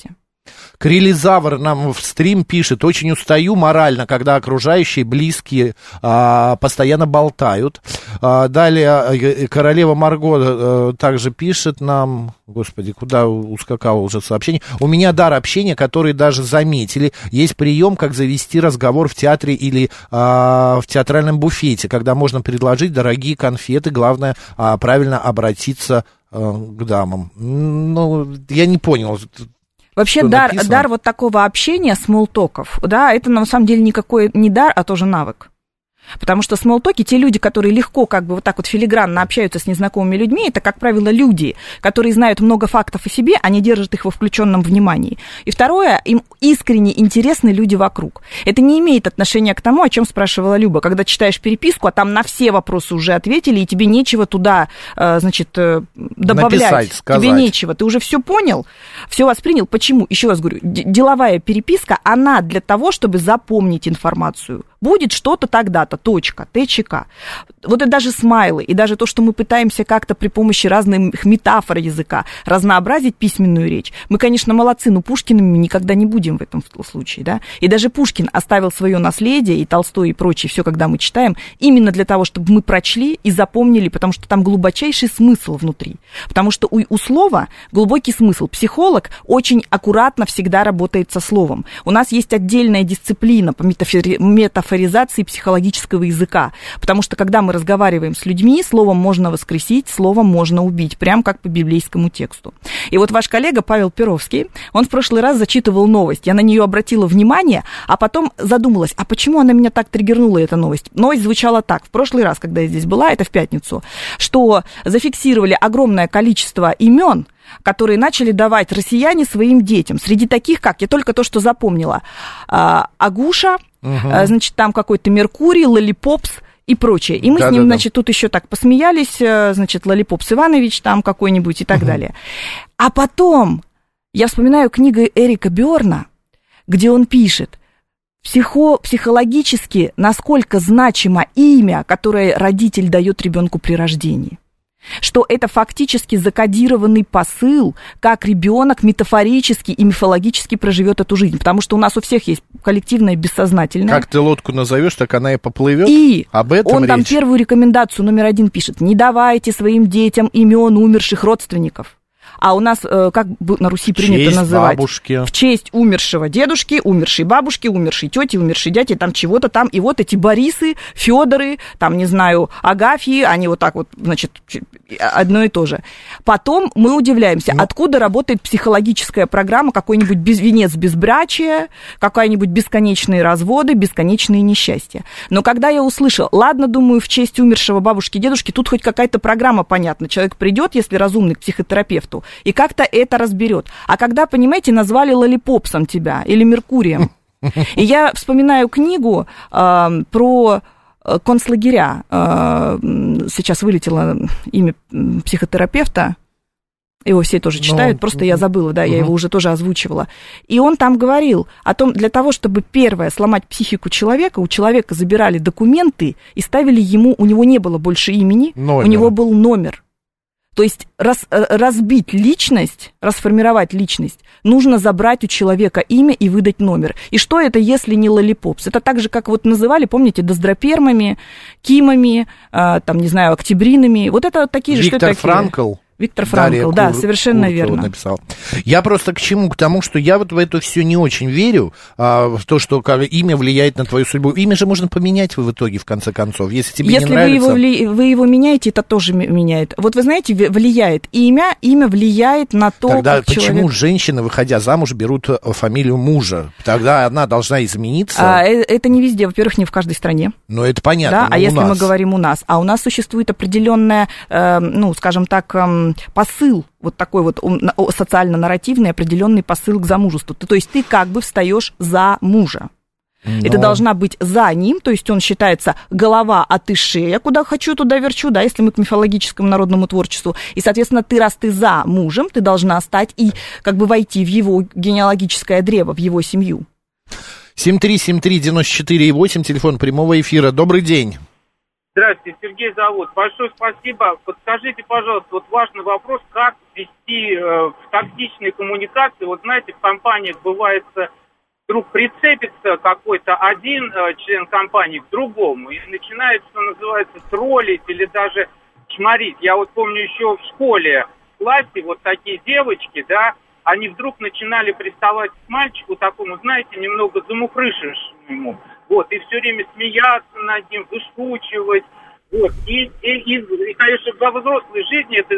D: Крилизавр нам в стрим пишет: очень устаю морально, когда окружающие, близкие а, постоянно болтают. А, далее королева Марго а, также пишет нам: господи, куда ускакало уже сообщение. У меня дар общения, который даже заметили. Есть прием, как завести разговор в театре или а, в театральном буфете, когда можно предложить дорогие конфеты. Главное, а, правильно обратиться а, к дамам. Ну, я не понял.
G: Вообще дар, дар вот такого общения, смолтоков, да, это на самом деле никакой не дар, а тоже навык. Потому что смолтоки, те люди, которые легко как бы вот так вот филигранно общаются с незнакомыми людьми, это, как правило, люди, которые знают много фактов о себе, они держат их во включенном внимании. И второе, им искренне интересны люди вокруг. Это не имеет отношения к тому, о чем спрашивала Люба, когда читаешь переписку, а там на все вопросы уже ответили, и тебе нечего туда, значит, добавлять. Написать, сказать. Тебе нечего, ты уже все понял, все воспринял. Почему? Еще раз говорю, деловая переписка, она для того, чтобы запомнить информацию. Будет что-то тогда-то, точка, ТЧК. Вот это даже смайлы, и даже то, что мы пытаемся как-то при помощи разных метафор языка разнообразить письменную речь. Мы, конечно, молодцы, но Пушкиными никогда не будем в этом случае, да. И даже Пушкин оставил свое наследие, и Толстой, и прочее, все, когда мы читаем, именно для того, чтобы мы прочли и запомнили, потому что там глубочайший смысл внутри. Потому что у, у слова глубокий смысл. Психолог очень аккуратно всегда работает со словом. У нас есть отдельная дисциплина по метафори- метафоризации психологического языка, потому что, когда мы разговариваем с людьми, словом можно воскресить, словом можно убить, прям как по библейскому тексту. И вот ваш коллега Павел Перовский, он в прошлый раз зачитывал новость, я на нее обратила внимание, а потом задумалась, а почему она меня так триггернула, эта новость? Новость звучала так: в прошлый раз, когда я здесь была, это в пятницу, что зафиксировали огромное количество имен, которые начали давать россияне своим детям. Среди таких, как, я только то, что запомнила, Агуша, Uh-huh. значит, там какой-то Меркурий, Лолипопс и прочее. И мы да, с ним, да, значит, да. тут еще так посмеялись, значит, Лолипопс Иванович там какой-нибудь и так uh-huh. далее. А потом я вспоминаю книгу Эрика Бёрна, где он пишет: психо, психологически, насколько значимо имя, которое родитель дает ребенку при рождении. Что это фактически закодированный посыл, как ребенок метафорически и мифологически проживет эту жизнь. Потому что у нас у всех есть коллективное бессознательное.
D: Как ты лодку назовешь, так она и поплывет.
G: И
D: об этом
G: он
D: речь.
G: Там первую рекомендацию номер один пишет: не давайте своим детям имен умерших родственников. А у нас, как на Руси принято
D: честь
G: называть,
D: бабушки.
G: В честь умершего дедушки, умершей бабушки, умершей тети, умершей дяди, там чего-то там. И вот эти Борисы, Федоры, там, не знаю, Агафьи, они вот так вот, значит, одно и то же. Потом мы удивляемся, ну, откуда работает психологическая программа, какой-нибудь без, венец безбрачия, какие-нибудь бесконечные разводы, бесконечные несчастья. Но когда я услышала, ладно, думаю, в честь умершего бабушки, дедушки, тут хоть какая-то программа понятна. Человек придет, если разумный, к психотерапевту, и как-то это разберет. А когда, понимаете, назвали Лолипопсом тебя или Меркурием. И я вспоминаю книгу э, про концлагеря. Э, сейчас вылетело имя психотерапевта. Его все тоже читают, Но... просто я забыла, да, угу. я его уже тоже озвучивала. И он там говорил о том, для того, чтобы, первое, сломать психику человека, у человека забирали документы и ставили ему, у него не было больше имени, номер. У него был номер. То есть раз, разбить личность, расформировать личность, нужно забрать у человека имя и выдать номер. И что это, если не лолипопс? Это так же, как вот называли, помните, доздропермами, кимами, э, там, не знаю, октябринами. Вот это такие же,
D: Виктор
G: что это такие?
D: Франкл.
G: Виктор Франкл, да, Кур, совершенно Куртова верно.
D: Написал. Я просто к чему? К тому, что я вот в это все не очень верю, а, в то, что как, имя влияет на твою судьбу. Имя же можно поменять в итоге, в конце концов, если тебе
G: если
D: не нравится.
G: Если вы, вы его меняете, это тоже меняет. Вот вы знаете, влияет имя, имя влияет на то,
D: Тогда
G: как
D: почему
G: человек...
D: женщины, выходя замуж, берут фамилию мужа? Тогда она должна измениться.
G: А, это не везде, во-первых, не в каждой стране.
D: Ну, это понятно.
G: Да? А если нас. мы говорим у нас, а у нас существует определенная, э, ну, скажем так, э, посыл, вот такой вот социально-нарративный определенный посыл к замужеству. То есть ты как бы встаешь за мужа. Но... Это должна быть за ним, то есть он считается голова, а ты шея, куда хочу, туда верчу, да, если мы к мифологическому народному творчеству. И, соответственно, ты, раз ты за мужем, ты должна стать и как бы войти в его генеалогическое древо, в его семью.
D: семь три семь три девяносто четыре восемь, телефон прямого эфира. Добрый день.
K: Здравствуйте, Сергей зовут. Большое спасибо. Подскажите, пожалуйста, вот важный вопрос, как вести э, в токсичной коммуникации. Вот знаете, в компаниях бывает, вдруг прицепится какой-то один э, член компании к другому и начинает, что называется, троллить или даже чморить. Я вот помню еще в школе, в классе, вот такие девочки, да, они вдруг начинали приставать к мальчику такому, знаете, немного замухрышившему. Вот, и все время смеяться над ним, вышучивать. Вот. И, и, и, и, конечно, во взрослой жизни, это,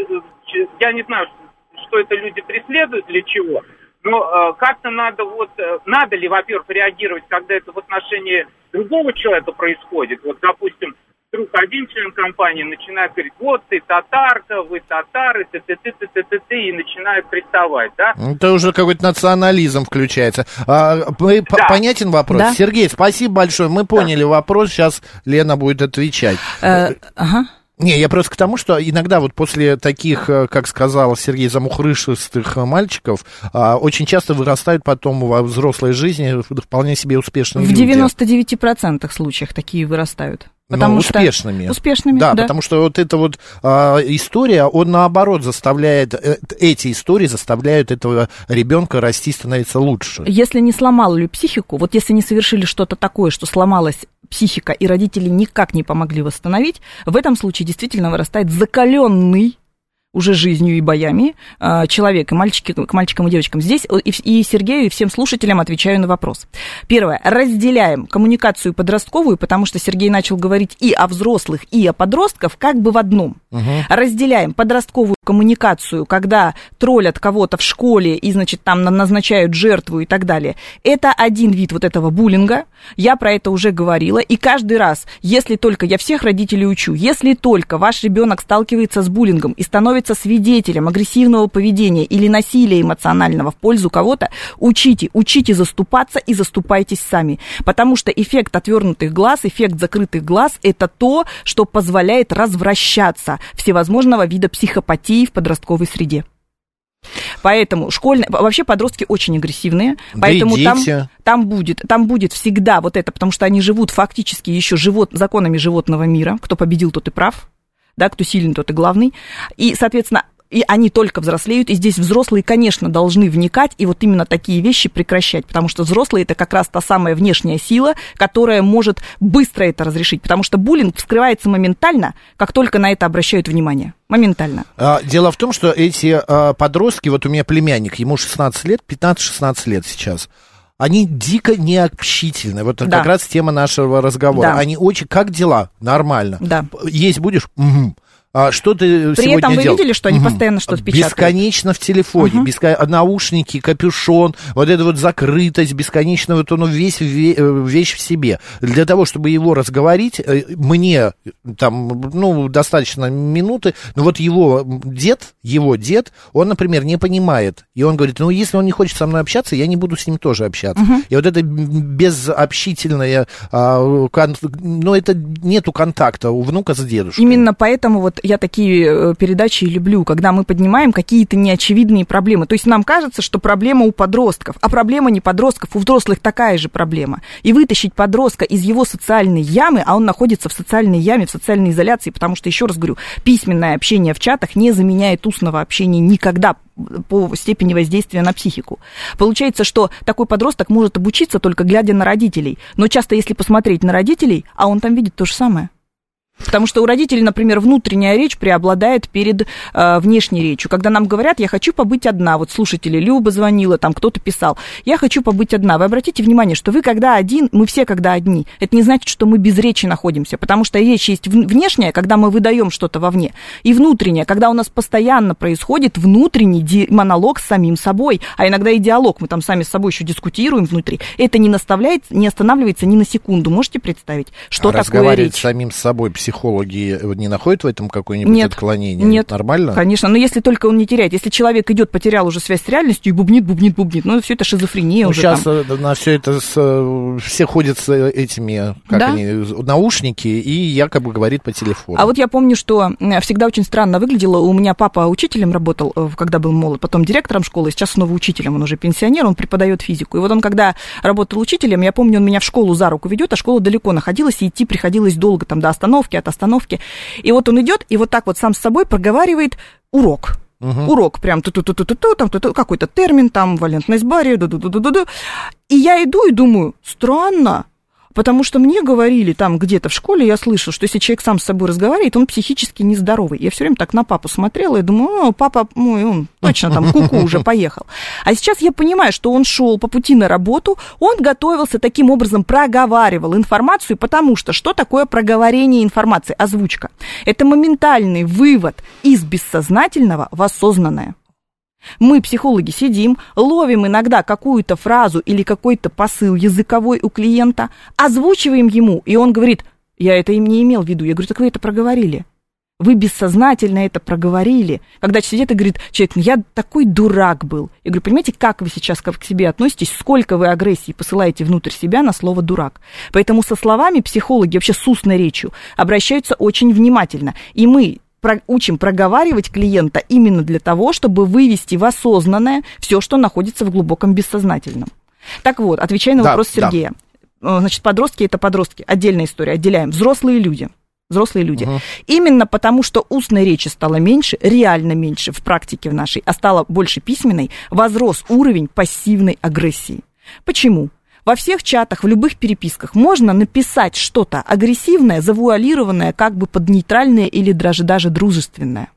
K: я не знаю, что это люди преследуют, для чего, но э, как-то надо, вот, э, надо ли, во-первых, реагировать, когда это в отношении другого человека происходит. Вот, допустим, вдруг один член компании начинает говорить, вот ты татарка, вы татары, ты-ты-ты-ты-ты-ты, и начинает приставать, да?
D: Это уже какой-то национализм включается. А, да. Понятен вопрос? Да. Сергей, спасибо большое, мы поняли да. вопрос, сейчас Лена будет отвечать.
G: Э, ага.
D: Не, я просто к тому, что иногда вот после таких, как сказал Сергей, замухрышистых мальчиков, очень часто вырастают потом во взрослой жизни вполне себе успешные
G: в
D: люди.
G: В девяноста девяти процентах случаев такие вырастают. Потому
D: ну,
G: что...
D: успешными.
G: Успешными,
D: да,
G: да.
D: Потому что вот эта вот а, история, он наоборот заставляет, э, эти истории заставляют этого ребенка расти, становиться лучше.
G: Если не сломали психику, вот если не совершили что-то такое, что сломалась психика, и родители никак не помогли восстановить, в этом случае действительно вырастает закаленный уже жизнью и боями человек, и мальчики, к мальчикам и девочкам. Здесь и, и Сергею, и всем слушателям отвечаю на вопрос. Первое. Разделяем коммуникацию подростковую, потому что Сергей начал говорить и о взрослых, и о подростках, как бы в одном. Угу. Разделяем подростковую коммуникацию, когда троллят кого-то в школе и, значит, там назначают жертву и так далее. Это один вид вот этого буллинга. Я про это уже говорила. И каждый раз, если только, я всех родителей учу, если только ваш ребенок сталкивается с буллингом и становится свидетелем агрессивного поведения или насилия эмоционального в пользу кого-то, учите, учите заступаться и заступайтесь сами. Потому что эффект отвернутых глаз, эффект закрытых глаз – это то, что позволяет развращаться всевозможного вида психопатии в подростковой среде. Поэтому школьные, вообще подростки очень агрессивные, да, поэтому там, там, будет, там будет всегда вот это, потому что они живут фактически еще живот, законами животного мира, кто победил, тот и прав. Да, кто сильный, тот и главный. И, соответственно, и они только взрослеют, и здесь взрослые, конечно, должны вникать и вот именно такие вещи прекращать, потому что взрослые – это как раз та самая внешняя сила, которая может быстро это разрешить, потому что буллинг вскрывается моментально, как только на это обращают внимание. Моментально.
D: Дело в том, что эти подростки, вот у меня племянник, ему шестнадцать лет, пятнадцать-шестнадцать лет сейчас, они дико необщительны. Вот да. как раз тема нашего разговора. Да. Они очень... Как дела? Нормально.
G: Да.
D: Есть будешь? Угу. А что ты
G: При
D: сегодня
G: этом вы
D: делал?
G: видели, что они угу. постоянно что-то печатают?
D: Бесконечно в телефоне,
G: угу.
D: беско... наушники, капюшон, вот эта вот закрытость, бесконечно вот он весь вещь в себе. Для того, чтобы его разговорить, мне там, ну, достаточно минуты, но вот его дед, его дед, он, например, не понимает, и он говорит, ну, если он не хочет со мной общаться, я не буду с ним тоже общаться. Угу. И вот это безобщительное, а, кон... ну, это нету контакта у внука с дедушкой.
G: Именно поэтому вот я такие передачи люблю, когда мы поднимаем какие-то неочевидные проблемы. То есть нам кажется, что проблема у подростков, а проблема не подростков, у взрослых такая же проблема. И вытащить подростка из его социальной ямы, а он находится в социальной яме, в социальной изоляции, потому что, еще раз говорю, письменное общение в чатах не заменяет устного общения никогда по степени воздействия на психику. Получается, что такой подросток может обучиться только глядя на родителей. Но часто, если посмотреть на родителей, а он там видит то же самое. Потому что у родителей, например, внутренняя речь преобладает перед э, внешней речью. Когда нам говорят, я хочу побыть одна, вот слушатели, Люба звонила, там кто-то писал, я хочу побыть одна. Вы обратите внимание, что вы когда один, мы все когда одни. Это не значит, что мы без речи находимся, потому что речь есть внешняя, когда мы выдаем что-то вовне, и внутренняя, когда у нас постоянно происходит внутренний монолог с самим собой, а иногда и диалог, мы там сами с собой еще дискутируем внутри. Это не наставляет, не останавливается ни на секунду. Можете представить, что
D: а
G: такое речь?
D: Разговаривать с самим собой психологи не находят в этом какое-нибудь
G: нет,
D: отклонение?
G: Нет,
D: нормально?
G: Конечно, но если только он не теряет. Если человек идет, потерял уже связь с реальностью и бубнит, бубнит, бубнит, ну, все это шизофрения
D: ну,
G: уже
D: сейчас
G: там.
D: на все это с, все ходят с этими, как
G: да?
D: они, наушники и якобы говорит по телефону.
G: А вот я помню, что всегда очень странно выглядело. У меня папа учителем работал, когда был молод, потом директором школы, сейчас снова учителем, он уже пенсионер, он преподает физику. И вот он, когда работал учителем, я помню, он меня в школу за руку ведет, а школа далеко находилась, и идти приходилось долго, там, до остановки, остановки от остановки. И вот он идет, и вот так вот сам с собой проговаривает урок. Uh-huh. Урок прям ту-ту-ту-ту-ту, там ту-ту, какой-то термин, там валентность бария, ду-ду-ду-ду-ду. И я иду и думаю, странно, потому что мне говорили там где-то в школе, я слышала, что если человек сам с собой разговаривает, он психически нездоровый. Я все время так на папу смотрела и думаю, о, папа мой, он точно там ку-ку уже поехал. А сейчас я понимаю, что он шел по пути на работу, он готовился таким образом, проговаривал информацию, потому что что такое проговорение информации, озвучка? Это моментальный вывод из бессознательного в осознанное. Мы, психологи, сидим, ловим иногда какую-то фразу или какой-то посыл языковой у клиента, озвучиваем ему, и он говорит, я это им не имел в виду. Я говорю, так вы это проговорили. Вы бессознательно это проговорили. Когда сидит и говорит человек, ну я такой дурак был. Я говорю, понимаете, как вы сейчас к себе относитесь, сколько вы агрессии посылаете внутрь себя на слово «дурак». Поэтому со словами психологи, вообще с устной речью, обращаются очень внимательно. И мы учим проговаривать клиента именно для того, чтобы вывести в осознанное все, что находится в глубоком бессознательном. Так вот, отвечая на да, вопрос Сергея. Да. Значит, подростки – это подростки. Отдельная история, отделяем. Взрослые люди. Взрослые люди. Угу. Именно потому, что устной речи стало меньше, реально меньше в практике в нашей, а стало больше письменной, возрос уровень пассивной агрессии. Почему? Во всех чатах, в любых переписках можно написать что-то агрессивное, завуалированное, как бы под нейтральное или даже, даже дружественное.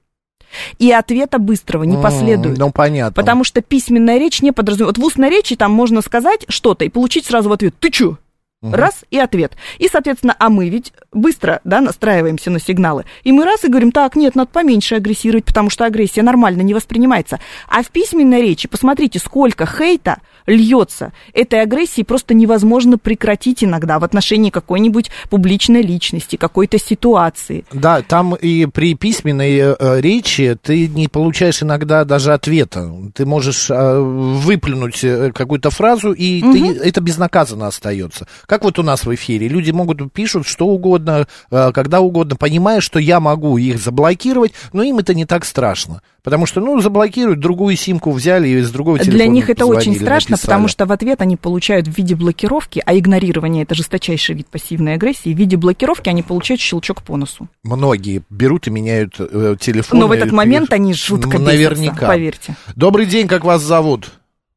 G: И ответа быстрого не последует.
D: Ну, понятно.
G: Потому что письменная речь не подразумевает. Вот в устной речи там можно сказать что-то и получить сразу в ответ «ты чё?». Угу. Раз, и ответ. И, соответственно, а мы ведь быстро, да, настраиваемся на сигналы. И мы раз и говорим, так, нет, надо поменьше агрессировать, потому что агрессия нормально не воспринимается. А в письменной речи, посмотрите, сколько хейта льется. Этой агрессии просто невозможно прекратить иногда в отношении какой-нибудь публичной личности, какой-то ситуации.
D: Да, там и при письменной э, речи ты не получаешь иногда даже ответа. Ты можешь э, выплюнуть какую-то фразу, и угу. ты, это безнаказанно остается. Как вот у нас в эфире. Люди могут пишут что угодно, когда угодно, понимая, что я могу их заблокировать, но им это не так страшно. Потому что, ну, заблокируют, другую симку взяли и с другого телефона
G: Для них это очень страшно,
D: написали.
G: Потому что в ответ они получают в виде блокировки, а игнорирование – это жесточайший вид пассивной агрессии, в виде блокировки они получают щелчок по носу.
D: Многие берут и меняют э, телефон.
G: Но в этот момент они жутко
D: наверняка
G: бесятся, поверьте.
D: Добрый день, как вас зовут?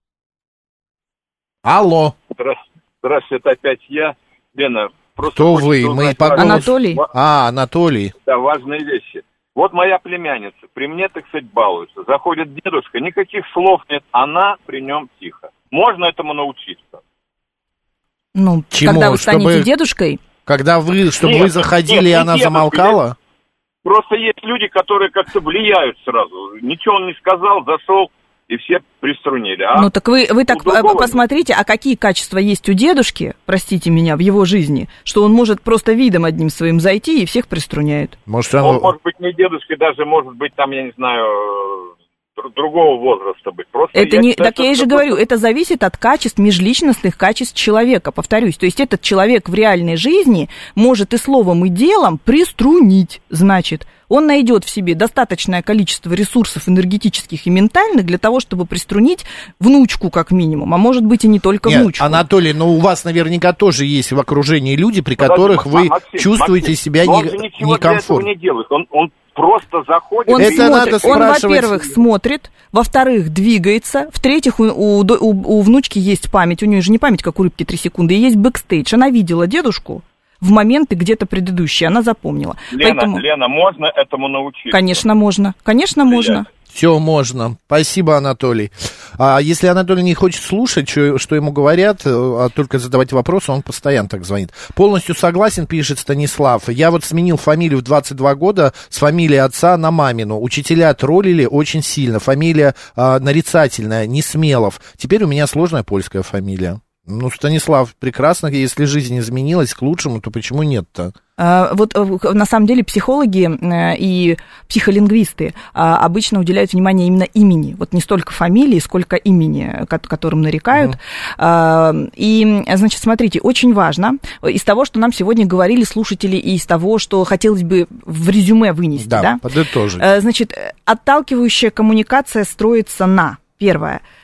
D: Алло.
H: Здравствуйте. Здравствуйте, это опять я. Лена, просто...
D: Кто вы? Мы по голосу...
G: Анатолий?
D: А, Анатолий.
H: Да, важные вещи. Вот моя племянница при мне, так сказать, балуется. Заходит дедушка, никаких слов нет, она при нем тихо. Можно этому научиться?
G: Ну,
D: Чему?
G: Когда вы станете
D: чтобы...
G: дедушкой?
D: Когда вы, чтобы
H: нет,
D: вы заходили,
H: нет,
D: и она
H: дедушка,
D: замолкала?
H: Нет. Просто есть люди, которые как-то влияют сразу. Ничего он не сказал, зашел, и все приструнили. А
G: ну так вы, вы так
H: другого...
G: посмотрите, а какие качества есть у дедушки, простите меня, в его жизни, что он может просто видом одним своим зайти и всех приструняет.
D: Может,
H: он...
D: он...
H: он может быть не дедушкой, даже может быть там, я не знаю, другого возраста быть. Просто
G: это
H: я
G: не,
H: считаю,
G: так я и же
H: что...
G: говорю, это зависит от качеств, межличностных качеств человека, повторюсь. То есть этот человек в реальной жизни может и словом, и делом приструнить, значит. Он найдет в себе достаточное количество ресурсов энергетических и ментальных для того, чтобы приструнить внучку как минимум, а может быть и не только
D: Нет,
G: внучку.
D: Анатолий, но у вас наверняка тоже есть в окружении люди, при которых вы
H: Максим,
D: чувствуете
H: Максим,
D: себя
H: он
D: не,
H: же ничего
D: некомфортно.
H: для этого не делает. Он, он просто заходит.
G: Он,
D: это
G: смотрит,
D: надо
G: он,
D: спрашивать...
G: во-первых, смотрит, во-вторых, двигается, в-третьих, у, у, у, у внучки есть память, у нее же не память, как у рыбки, три секунды, есть бэкстейдж. Она видела дедушку в моменты где-то предыдущие, она запомнила.
H: Лена,
G: Поэтому...
H: Лена, можно этому научиться?
G: Конечно, можно. Конечно, можно.
D: Все можно. Спасибо, Анатолий. А если Анатолий не хочет слушать, что, что ему говорят, а только задавать вопросы, он постоянно так звонит. Полностью согласен, пишет Станислав. Я вот сменил фамилию в двадцать два года с фамилии отца на мамину. Учителя троллили очень сильно. Фамилия а, нарицательная, Несмелов. Теперь у меня сложная польская фамилия. Ну, Станислав, прекрасно, если жизнь изменилась к лучшему, то почему нет-то?
G: Вот на самом деле психологи и психолингвисты обычно уделяют внимание именно имени. Вот не столько фамилии, сколько имени, которым нарекают. Uh-huh. И, значит, смотрите, очень важно из того, что нам сегодня говорили слушатели, и из того, что хотелось бы в резюме вынести.
D: Да,
G: да?
D: подытожить.
G: Значит, отталкивающая коммуникация строится на, первое,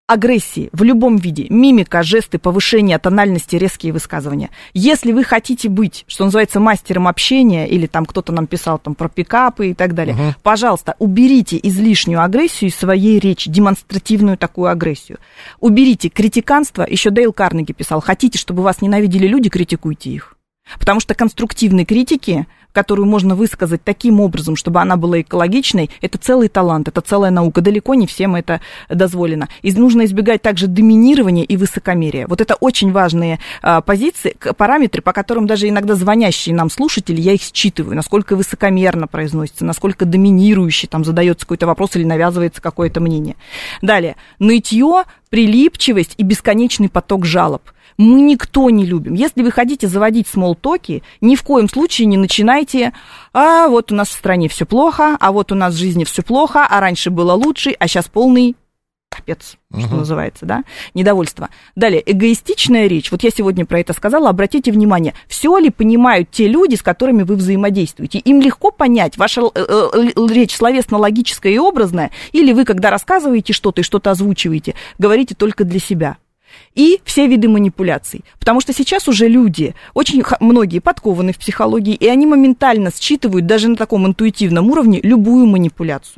G: агрессии в любом виде, мимика, жесты, повышение тональности, резкие высказывания. Если вы хотите быть, что называется, мастером общения, или там кто-то нам писал там про пикапы и так далее, угу. пожалуйста, уберите излишнюю агрессию из своей речи, демонстративную такую агрессию. Уберите критиканство. Еще Дейл Карнеги писал: хотите, чтобы вас ненавидели люди, критикуйте их. Потому что конструктивной критики, которую можно высказать таким образом, чтобы она была экологичной, это целый талант, это целая наука. Далеко не всем это дозволено. И нужно избегать также доминирования и высокомерия. Вот это очень важные а, позиции, параметры, по которым даже иногда звонящие нам слушатели, я их считываю, насколько высокомерно произносится, насколько доминирующе там задается какой-то вопрос или навязывается какое-то мнение. Далее. Нытье, прилипчивость и бесконечный поток жалоб. Мы никто не любим. Если вы хотите заводить смолтоки, ни в коем случае не начинайте: а вот у нас в стране все плохо, а вот у нас в жизни все плохо, а раньше было лучше, а сейчас полный капец, угу. что называется, да, недовольство. Далее, эгоистичная речь. Вот я сегодня про это сказала, обратите внимание, все ли понимают те люди, с которыми вы взаимодействуете? Им легко понять, ваша э, э, речь словесно-логическая и образная, или вы, когда рассказываете что-то и что-то озвучиваете, говорите только для себя? И все виды манипуляций. Потому что сейчас уже люди, очень многие подкованы в психологии, и они моментально считывают даже на таком интуитивном уровне любую манипуляцию.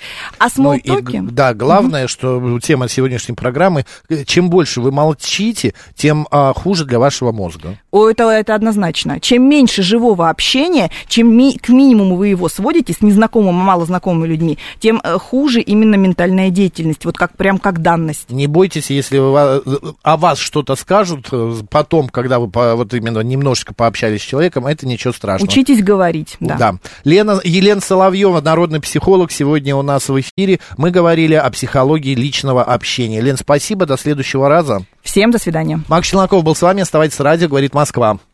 G: А смолтоки...
D: Ну, да, главное, mm-hmm. что тема сегодняшней программы, чем больше вы молчите, тем а, хуже для вашего мозга.
G: О, это, это однозначно. Чем меньше живого общения, чем ми- к минимуму вы его сводите с незнакомыми, малознакомыми людьми, тем хуже именно ментальная деятельность, вот как, прям как данность.
D: Не бойтесь, если вы, о вас что-то скажут потом, когда вы по, вот именно немножечко пообщались с человеком, это ничего страшного.
G: Учитесь говорить, да.
D: да. Лена, Елена Соловьева, народный психолог, сегодня у нас в эфире. Мы говорили о психологии личного общения. Лен, спасибо, до следующего раза.
G: Всем до свидания.
D: Макс Челноков был с вами, оставайтесь с радио, говорит Москва.